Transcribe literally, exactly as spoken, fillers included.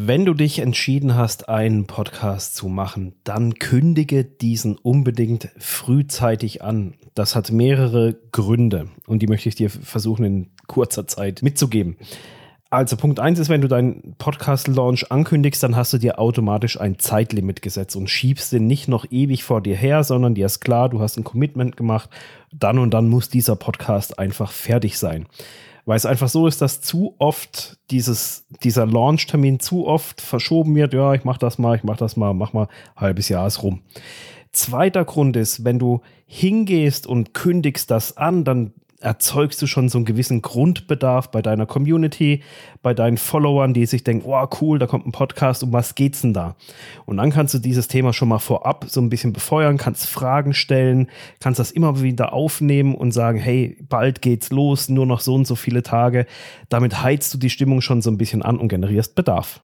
Wenn du dich entschieden hast, einen Podcast zu machen, dann kündige diesen unbedingt frühzeitig an. Das hat mehrere Gründe und die möchte ich dir versuchen in kurzer Zeit mitzugeben. Also Punkt eins ist, wenn du deinen Podcast-Launch ankündigst, dann hast du dir automatisch ein Zeitlimit gesetzt und schiebst den nicht noch ewig vor dir her, sondern dir ist klar, du hast ein Commitment gemacht, dann und dann muss dieser Podcast einfach fertig sein. Weil es einfach so ist, dass zu oft dieses, dieser Launch-Termin zu oft verschoben wird. Ja, ich mach das mal, ich mach das mal, mach mal, halbes Jahr ist rum. Zweiter Grund ist, wenn du hingehst und kündigst das an, dann erzeugst du schon so einen gewissen Grundbedarf bei deiner Community, bei deinen Followern, die sich denken, wow, cool, da kommt ein Podcast, um was geht's denn da? Und dann kannst du dieses Thema schon mal vorab so ein bisschen befeuern, kannst Fragen stellen, kannst das immer wieder aufnehmen und sagen, hey, bald geht's los, nur noch so und so viele Tage. Damit heizt du die Stimmung schon so ein bisschen an und generierst Bedarf.